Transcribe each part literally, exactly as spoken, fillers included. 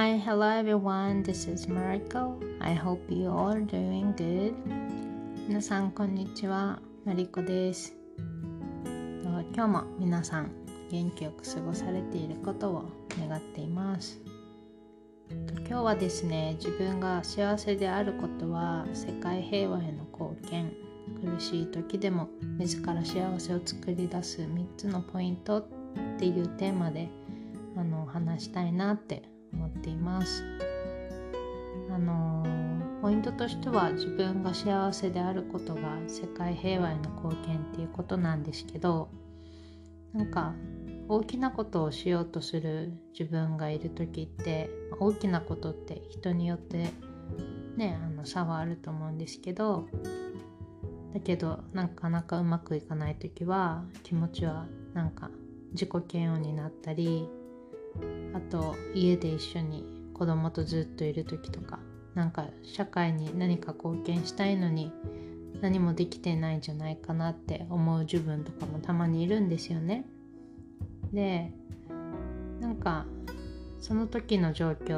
Hi, hello everyone. This is Mariko. I hope you all are doing good. 皆さんこんにちは、マリコです。今日も皆さん元気よく過ごされていることを願っています。今日はですね、自分が幸せであることは世界平和への貢献、苦しい時でも自ら幸せを作り出すみっつのポイントっていうテーマであの話したいなって思っています。あのポイントとしては自分が幸せであることが世界平和への貢献っていうことなんですけど、なんか大きなことをしようとする自分がいる時って、大きなことって人によってね、あの差はあると思うんですけど、だけどなかなかうまくいかない時は気持ちはなんか自己嫌悪になったり、あと家で一緒に子供とずっといる時とか、なんか社会に何か貢献したいのに何もできてないんじゃないかなって思う自分とかもたまにいるんですよね。で、なんかその時の状況って、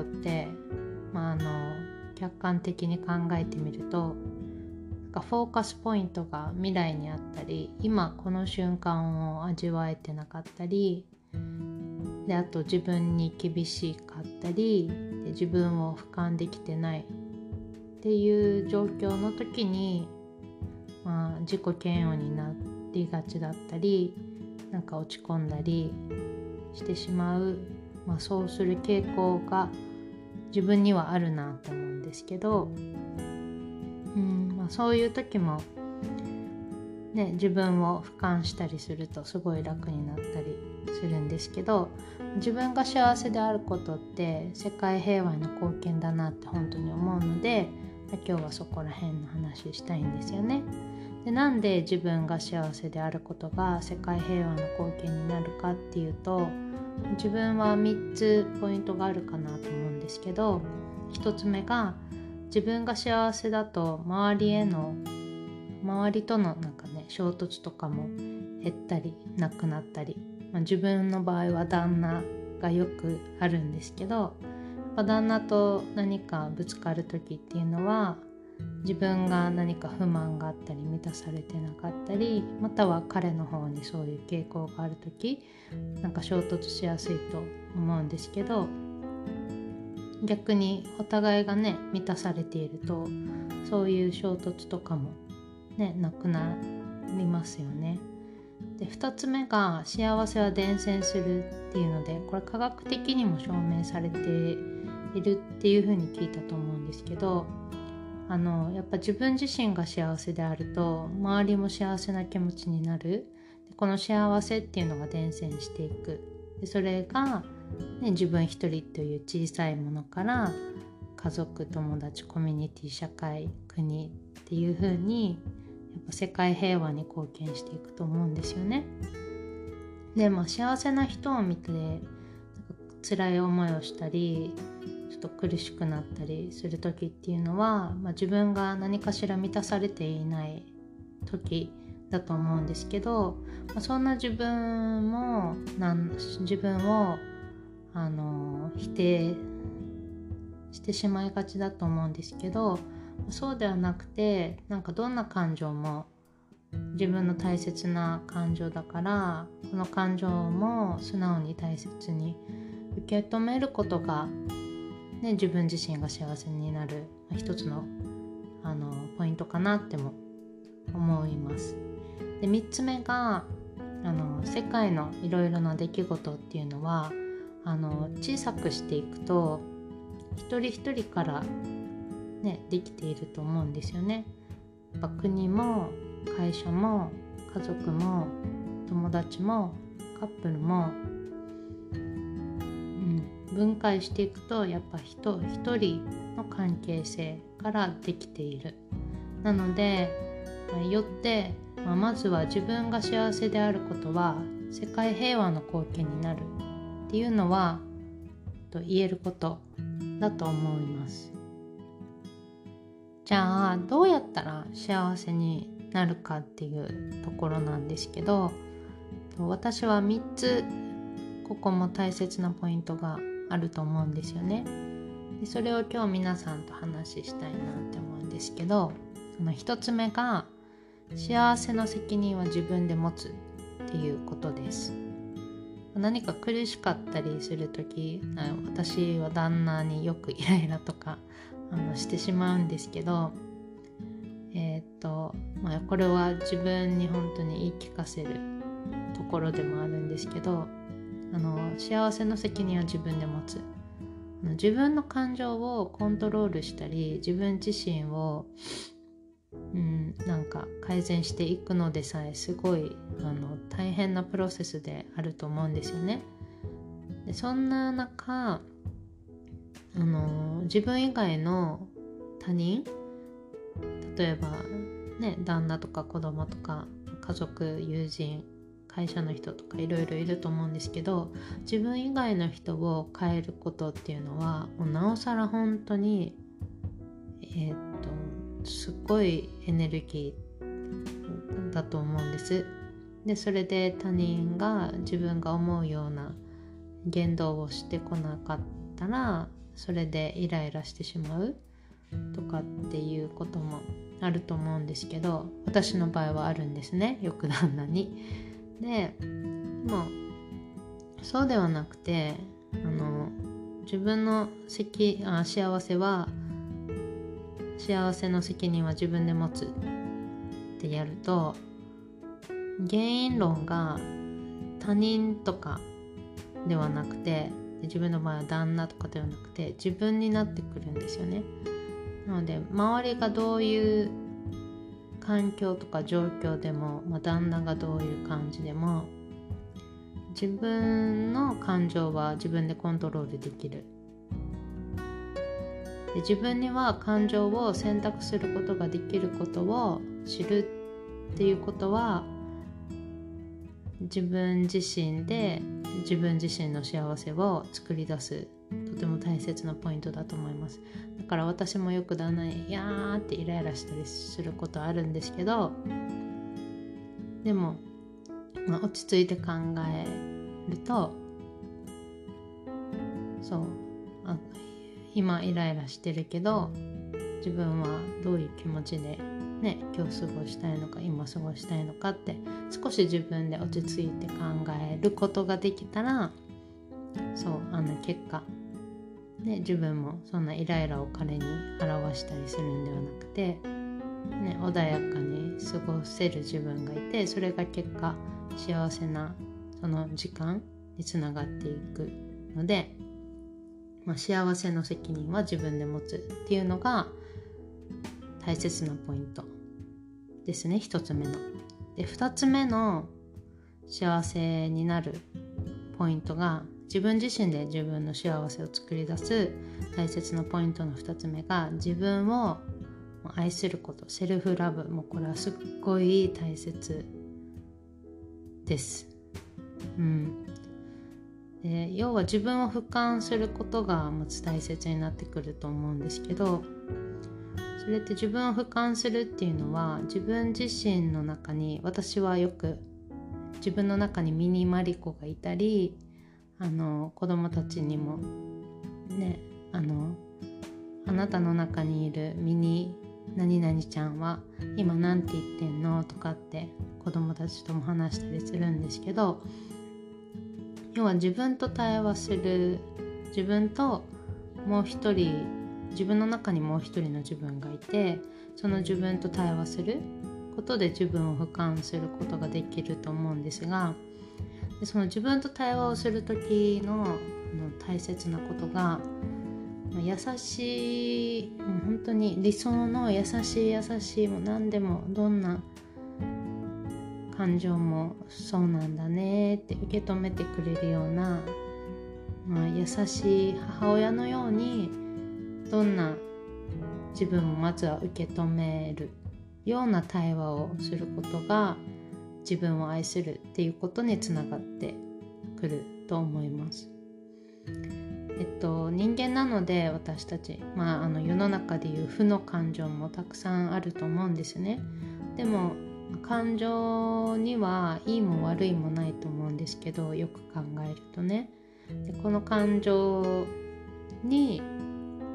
まあ、あの客観的に考えてみると、なんかフォーカスポイントが未来にあったり、今この瞬間を味わえてなかったりで、あと自分に厳しかったりで、自分を俯瞰できてないっていう状況の時に、まあ、自己嫌悪になりがちだったり、なんか落ち込んだりしてしまう、まあ、そうする傾向が自分にはあるなと思うんですけど、うんまあ、そういう時もね、自分を俯瞰したりするとすごい楽になったりするんですけど、自分が幸せであることって世界平和への貢献だなって本当に思うので、今日はそこら辺の話したいんですよね。で、なんで自分が幸せであることが世界平和の貢献になるかっていうと、自分はみっつポイントがあるかなと思うんですけど、ひとつめが自分が幸せだと周りへの周りとのなんかね衝突とかも減ったりなくなったり、まあ、自分の場合は旦那がよくあるんですけど、旦那と何かぶつかる時っていうのは、自分が何か不満があったり満たされてなかったり、または彼の方にそういう傾向がある時、なんか衝突しやすいと思うんですけど、逆にお互いがね満たされていると、そういう衝突とかもねなくなりますよね。で、ふたつめが幸せは伝染するっていうので、これ科学的にも証明されているっていう風に聞いたと思うんですけど、あのやっぱ自分自身が幸せであると周りも幸せな気持ちになる。で、この幸せっていうのが伝染していく。で、それが、ね、自分一人という小さいものから家族、友達、コミュニティ、社会、国っていう風にやっぱ世界平和に貢献していくと思うんですよね。で、まあ、幸せな人を見てなんか辛い思いをしたりちょっと苦しくなったりする時っていうのは、まあ、自分が何かしら満たされていない時だと思うんですけど、まあ、そんな自分もなん自分をあの否定してしまいがちだと思うんですけど、そうではなくて、なんかどんな感情も自分の大切な感情だから、この感情も素直に大切に受け止めることが、ね、自分自身が幸せになる一つの、あのポイントかなっても思います。で、みっつめがあの世界のいろいろな出来事っていうのはあの小さくしていくと一人一人からね、できていると思うんですよね。やっぱ国も会社も家族も友達もカップルも、うん、分解していくとやっぱ人一人の関係性からできている。なので、まあ、よって、まあ、まずは自分が幸せであることは世界平和の貢献になるっていうのはと言えることだと思います。じゃあどうやったら幸せになるかっていうところなんですけど、私はみっつここも大切なポイントがあると思うんですよね。 でそれを今日皆さんと話したいなって思うんですけど、その一つ目が幸せの責任は自分で持つっていうことです。何か苦しかったりするとき、私は旦那によくイライラとかあのしてしまうんですけど、えー、っとまあこれは自分に本当に言い聞かせるところでもあるんですけど、あの幸せの責任は自分で持つ。自分の感情をコントロールしたり、自分自身を、うん、なんか改善していくのでさえすごいあの大変なプロセスであると思うんですよね。でそんな中、あの自分以外の他人、例えばね、旦那とか子供とか家族、友人、会社の人とかいろいろいると思うんですけど、自分以外の人を変えることっていうのはもうなおさら本当にえー、っとすっごいエネルギーだと思うんです。でそれで他人が自分が思うような言動をしてこなかったら、それでイライラしてしまうとかっていうこともあると思うんですけど、私の場合はあるんですね、よく旦那に。でもそうではなくて、あの自分の責あ幸せは幸せの責任は自分で持つってやると、原因論が他人とかではなくて、自分の場合は旦那とかではなくて自分になってくるんですよね。なので周りがどういう環境とか状況でも、まあ、旦那がどういう感じでも自分の感情は自分でコントロールできる。で自分には感情を選択することができることを知るっていうことは、自分自身で自分自身の幸せを作り出すとても大切なポイントだと思います。だから私もよく旦那にいやーってイライラしたりすることあるんですけど、でも、まあ、落ち着いて考えると、そうあ今イライラしてるけど自分はどういう気持ちでね、今日過ごしたいのか今過ごしたいのかって少し自分で落ち着いて考えることができたら、そうあの結果ね、自分もそんなイライラを彼に表したりするんではなくて、ね、穏やかに過ごせる自分がいて、それが結果幸せなその時間につながっていくので、まあ、幸せの責任は自分で持つっていうのが大切なポイントですね、一つ目の。で、二つ目の幸せになるポイントが、自分自身で自分の幸せを作り出す大切なポイントの二つ目が、自分を愛すること、セルフラブ。もうこれはすっごい大切です。うん。で、要は自分を俯瞰することがまず大切になってくると思うんですけど、それって自分を俯瞰するっていうのは、自分自身の中に、私はよく自分の中にミニマリコがいたり、あの子供たちにもね、あのあなたの中にいるミニ何々ちゃんは今なんて言ってんのとかって子供たちとも話したりするんですけど、要は自分と対話する、自分ともう一人、自分の中にもう一人の自分がいて、その自分と対話することで自分を俯瞰することができると思うんですが、でその自分と対話をする時の、の大切なことが、優しい、もう本当に理想の優しい優しい、もう何でもどんな感情もそうなんだねって受け止めてくれるような、まあ、優しい母親のように、どんな自分もまずは受け止めるような対話をすることが、自分を愛するっていうことにつながってくると思います。えっと人間なので私たち、まあ、あの世の中でいう負の感情もたくさんあると思うんですね。でも感情にはいいも悪いもないと思うんですけど、よく考えるとね。でこの感情に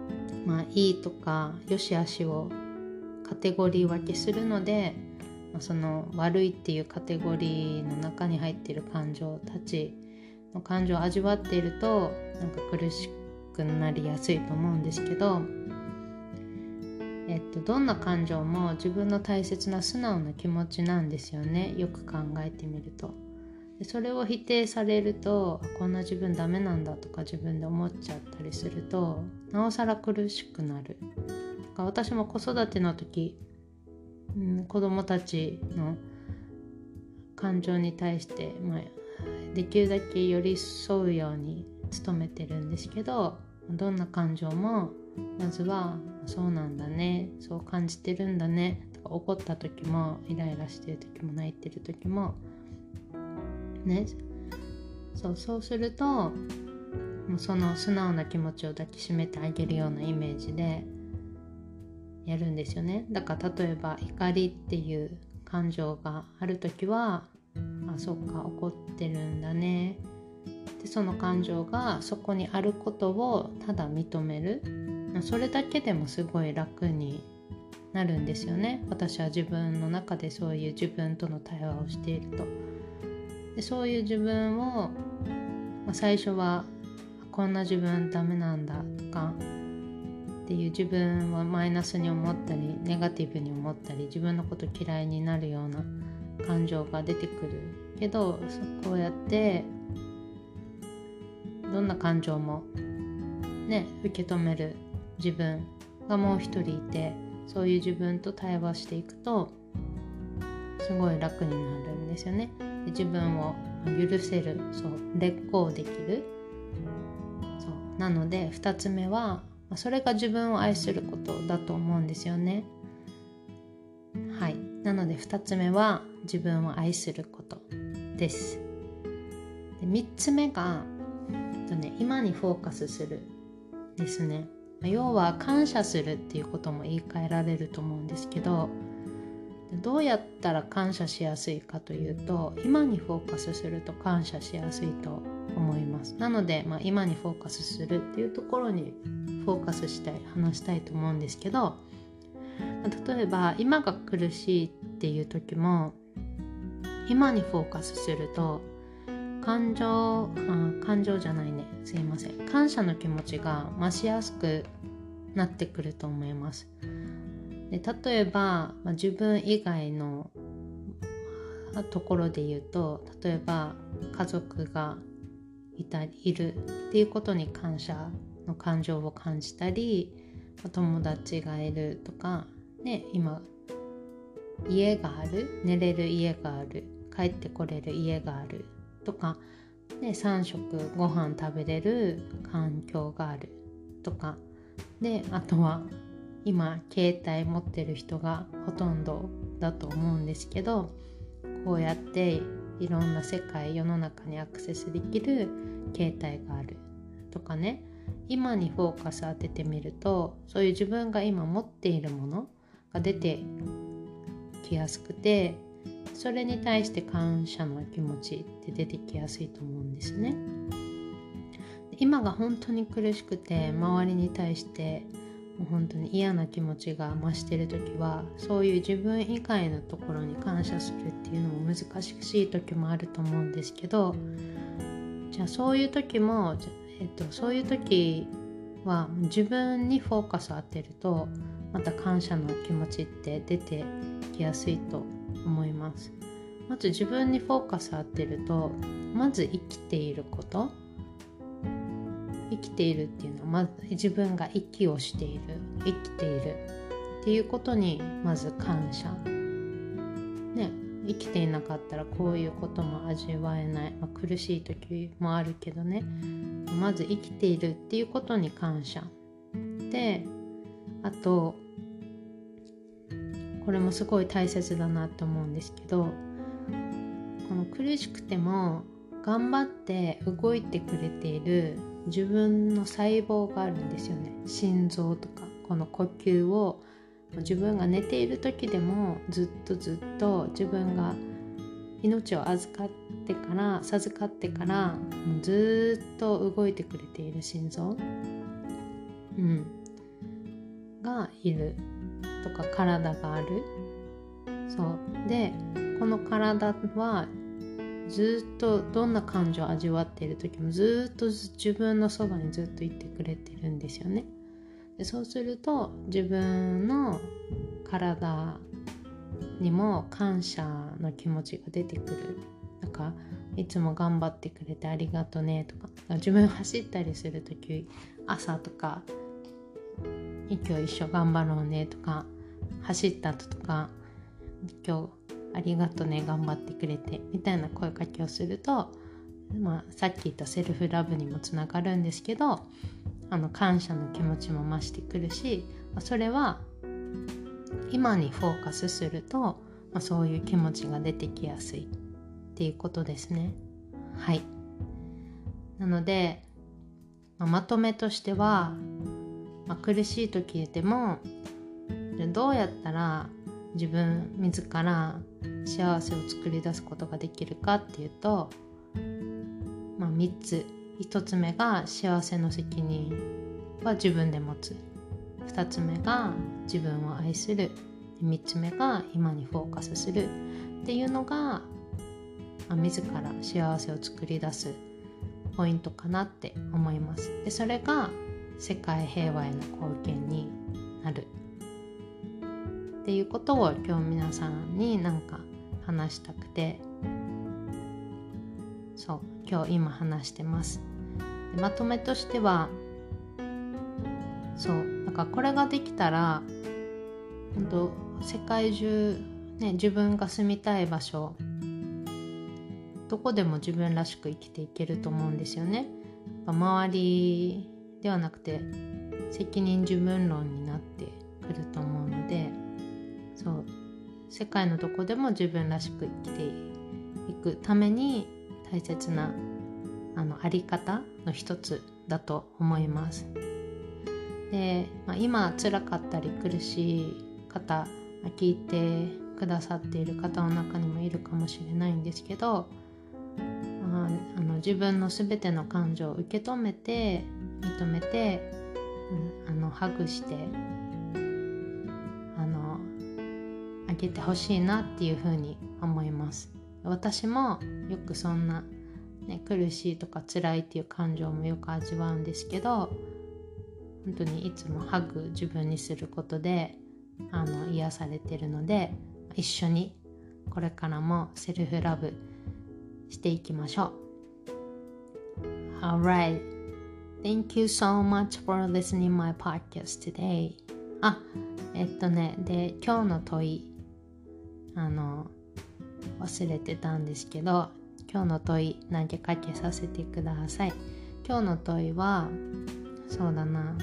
まあいいとか良し悪しをカテゴリー分けするので、まあ、その悪いっていうカテゴリーの中に入っている感情たちの感情を味わっているとなんか苦しくなりやすいと思うんですけど、えっと、どんな感情も自分の大切な素直な気持ちなんですよね。よく考えてみると。でそれを否定されると、こんな自分ダメなんだとか自分で思っちゃったりすると、なおさら苦しくなる。だから私も子育ての時、うん、子供たちの感情に対して、まあ、できるだけ寄り添うように努めてるんですけど、どんな感情もまずはそうなんだね、そう感じてるんだねとか、怒った時もイライラしてる時も泣いてる時もね、そうそうするともうその素直な気持ちを抱きしめてあげるようなイメージでやるんですよね。だから例えば怒りっていう感情がある時は、あ、そっか、怒ってるんだね。でその感情がそこにあることをただ認める、それだけでもすごい楽になるんですよね。私は自分の中でそういう自分との対話をしていると。でそういう自分を、まあ、最初はこんな自分ダメなんだとかっていう自分をマイナスに思ったりネガティブに思ったり自分のこと嫌いになるような感情が出てくるけど、こうやってどんな感情もね受け止める自分がもう一人いて、そういう自分と対話していくとすごい楽になるんですよね。で自分を許せる、そうレッコーできる。そうなのでふたつめはそれが自分を愛することだと思うんですよね。はい、なのでふたつめは自分を愛することです。でみっつめがと、ね、今にフォーカスするですね。要は感謝するっていうことも言い換えられると思うんですけど、どうやったら感謝しやすいかというと、今にフォーカスすると感謝しやすいと思います。なので、まあ、今にフォーカスするっていうところにフォーカスしたい、話したいと思うんですけど、例えば今が苦しいっていう時も今にフォーカスすると感情あ感情じゃないねすいません感謝の気持ちが増しやすくなってくると思います。で例えば、まあ、自分以外のところで言うと、例えば家族がいたりいるっていうことに感謝の感情を感じたり、友達がいるとかね、今家がある、寝れる家がある、帰ってこれる家があるとか、ね、さん食ご飯食べれる環境があるとかで、あとは今携帯持ってる人がほとんどだと思うんですけど、こうやっていろんな世界世の中にアクセスできる携帯があるとかね、今にフォーカス当ててみると、そういう自分が今持っているものが出てきやすくて、それに対して感謝の気持ちって出てきやすいと思うんですね。今が本当に苦しくて周りに対してもう本当に嫌な気持ちが増している時は、そういう自分以外のところに感謝するっていうのも難しい時もあると思うんですけど、じゃあそういう時も、えっと、そういう時は自分にフォーカスを当てるとまた感謝の気持ちって出てきやすいと思います。まず自分にフォーカスを当てると、まず生きていること、生きているっていうのはまず自分が息をしている、生きているっていうことにまず感謝ね。生きていなかったらこういうことも味わえない、まあ、苦しい時もあるけどね、まず生きているっていうことに感謝で、あとこれもすごい大切だなと思うんですけど、この苦しくても頑張って動いてくれている自分の細胞があるんですよね。心臓とかこの呼吸を自分が寝ている時でもずっとずっと自分が命を預かってから授かってからもうずっと動いてくれている心臓、うん、 がいるとか体がある。そうでこの体はずっとどんな感情を味わっている時もずっと自分のそばにずっといてくれてるんですよね。でそうすると自分の体にも感謝の気持ちが出てくる。なんかいつも頑張ってくれてありがとねとか、自分走ったりするとき朝とか今日一緒頑張ろうねとか、走った後とか今日ありがとね頑張ってくれてみたいな声かけをすると、まあ、さっき言ったセルフラブにもつながるんですけど、あの感謝の気持ちも増してくるし、それは今にフォーカスすると、まあ、そういう気持ちが出てきやすいっていうことですね。はい。なので、まあ、まとめとしては、まあ、苦しい時でもどうやったら自分自ら幸せを作り出すことができるかっていうと、まあ、みっつ。ひとつめが幸せの責任は自分で持つ。ふたつめが自分を愛する。みっつめが今にフォーカスするっていうのが、まあ、自ら幸せを作り出すポイントかなって思います。でそれが世界平和への貢献になるっていうことを今日皆さんになんか話したくて、そう今日今話してます。でまとめとしては、そうだからこれができたら本当世界中、ね、自分が住みたい場所どこでも自分らしく生きていけると思うんですよね。周りではなくて責任自分論になってくると思うので、そう世界のどこでも自分らしく生きていくために大切なあのあり方の一つだと思います。で、まあ、今辛かったり苦しい方、聞いてくださっている方の中にもいるかもしれないんですけど、まあ、あの自分のすべての感情を受け止めて認めて、うん、あのハグしてあのあげてほしいなっていうふうに思います。私もよくそんな、ね、苦しいとか辛いっていう感情もよく味わうんですけど、本当にいつもハグ自分にすることであの癒されてるので、一緒にこれからもセルフラブしていきましょう。 Alright, thank you so much for listening my podcast today. あ、えっとねで今日の問いあの忘れてたんですけど、今日の問い投げかけさせてください。今日の問いはそうだな、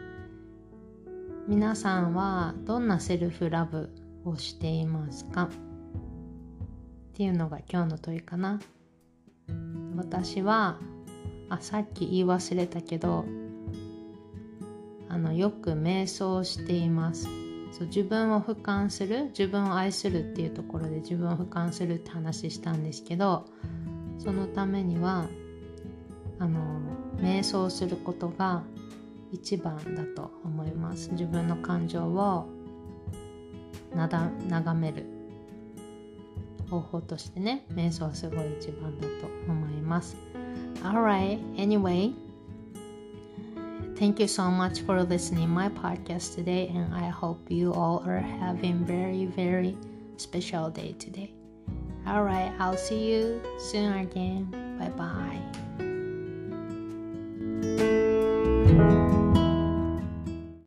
皆さんはどんなセルフラブをしていますかっていうのが今日の問いかな。私はあさっき言い忘れたけどあのよく瞑想しています。そう自分を俯瞰する、自分を愛するっていうところで自分を俯瞰するって話したんですけど、そのためにはあの瞑想することが一番だと思います。自分の感情をなだ眺める方法としてね、瞑想はすごい一番だと思います。 Alright, anyway, thank you so much for listening my podcast today, and I hope you all are having very very special day today. Alright, I'll see you soon again. Bye bye.